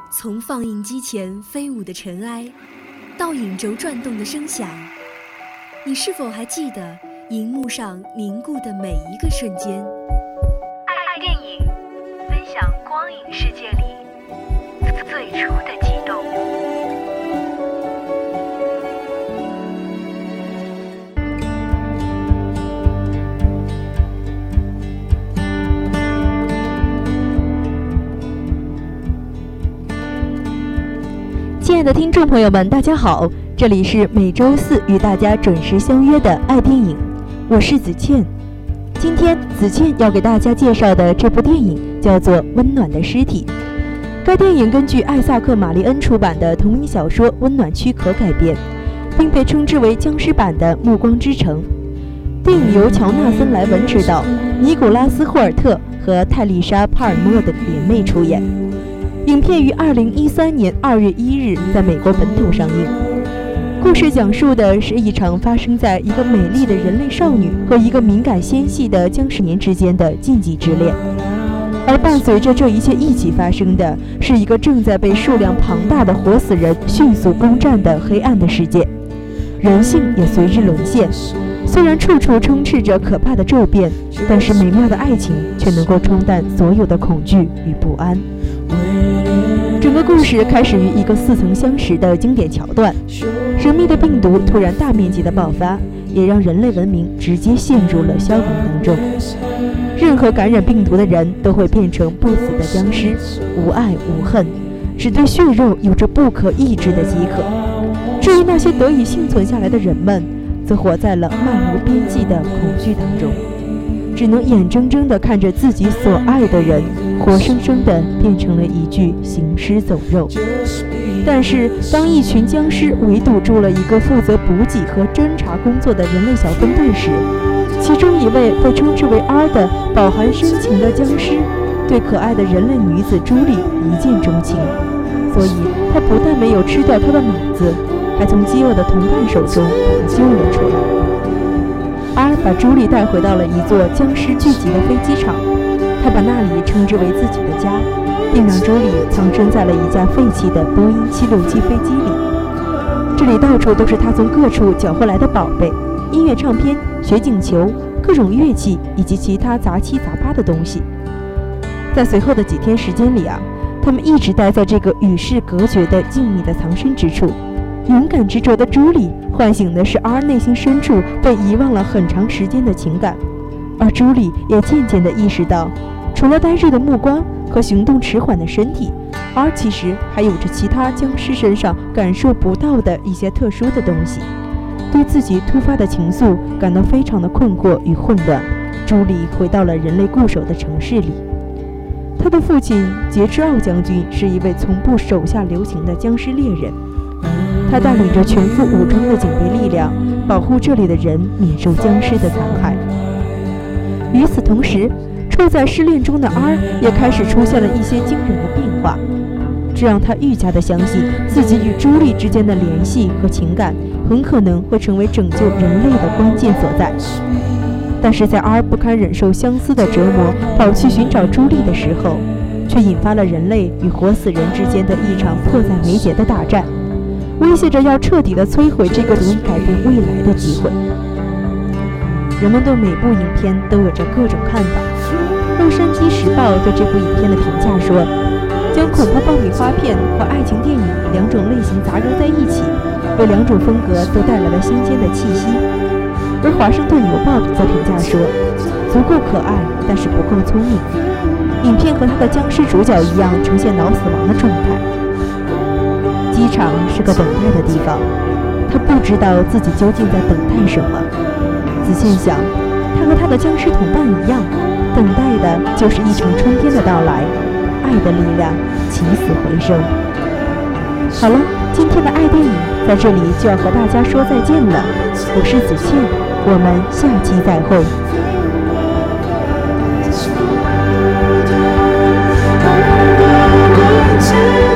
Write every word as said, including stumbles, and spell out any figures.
从放映机前飞舞的尘埃，到影轴转动的声响，你是否还记得荧幕上凝固的每一个瞬间？ 爱电影，分享光影世界里最初的悸动。 亲爱的听众朋友们，大家好，这里是每周四与大家准时相约的爱电影，我是子倩。今天子倩要给大家介绍的这部电影叫做《温暖的尸体》。该电影根据艾萨克·马利恩出版的同名小说《温暖躯壳》改编，并被称之为僵尸版的《暮光之城》。电影由乔纳森·莱文执导，尼古拉斯·霍尔特和泰丽莎·帕尔默的联袂出演。影片于二零一三年二月一日在美国本土上映。故事讲述的是一场发生在一个美丽的人类少女和一个敏感纤细的僵尸年之间的禁忌之恋，而伴随着这一切一起发生的是一个正在被数量庞大的活死人迅速攻占的黑暗的世界，人性也随之沦陷。虽然处处充斥着可怕的骤变，但是美妙的爱情却能够冲淡所有的恐惧与不安。整个故事开始于一个似曾相识的经典桥段，神秘的病毒突然大面积的爆发，也让人类文明直接陷入了消亡当中。任何感染病毒的人都会变成不死的僵尸，无爱无恨，只对血肉有着不可抑制的饥渴。至于那些得以幸存下来的人们，则活在了漫无边际的恐惧当中，只能眼睁睁地看着自己所爱的人活生生地变成了一具行尸走肉。但是当一群僵尸围堵住了一个负责补给和侦察工作的人类小分队时，其中一位被称之为 R 的饱含深情的僵尸对可爱的人类女子朱莉一见钟情，所以他不但没有吃掉她的脑子，还从饥饿的同伴手中把她救了出来。R 把朱莉带回到了一座僵尸聚集的飞机场，他把那里称之为自己的家，并让朱莉藏身在了一架废弃的波音七六七飞机里。这里到处都是他从各处缴回来的宝贝，音乐唱片、雪景球、各种乐器以及其他杂七杂八的东西。在随后的几天时间里啊，他们一直待在这个与世隔绝的静谧的藏身之处。勇敢执着的朱莉唤醒的是 R 内心深处被遗忘了很长时间的情感，而朱莉也渐渐地意识到，除了呆滞的目光和行动迟缓的身体， R 其实还有着其他僵尸身上感受不到的一些特殊的东西。对自己突发的情愫感到非常的困惑与混乱，朱莉回到了人类固守的城市里。他的父亲杰治奥将军是一位从不手下留情的僵尸猎人，他带领着全副武装的警备力量，保护这里的人免受僵尸的残害。与此同时，处在失恋中的 R 也开始出现了一些惊人的变化，这让他愈加的相信自己与朱莉之间的联系和情感很可能会成为拯救人类的关键所在。但是在 R 不堪忍受相思的折磨，跑去寻找朱莉的时候，却引发了人类与活死人之间的一场迫在眉睫的大战，威胁着要彻底地摧毁这个足以改变未来的机会。人们对每部影片都有着各种看法。洛杉矶时报对这部影片的评价说，将恐怖爆米花片和爱情电影两种类型杂糅在一起，为两种风格都带来了新鲜的气息。而华盛顿邮报则评价说，足够可爱，但是不够聪明。影片和他的僵尸主角一样，呈现脑死亡的状态。机场是个等待的地方，他不知道自己究竟在等待什么。子倩想，他和他的僵尸同伴一样，等待的就是一场春天的到来，爱的力量起死回生。好了，今天的爱电影在这里就要和大家说再见了，我是子倩，我们下期再会。 to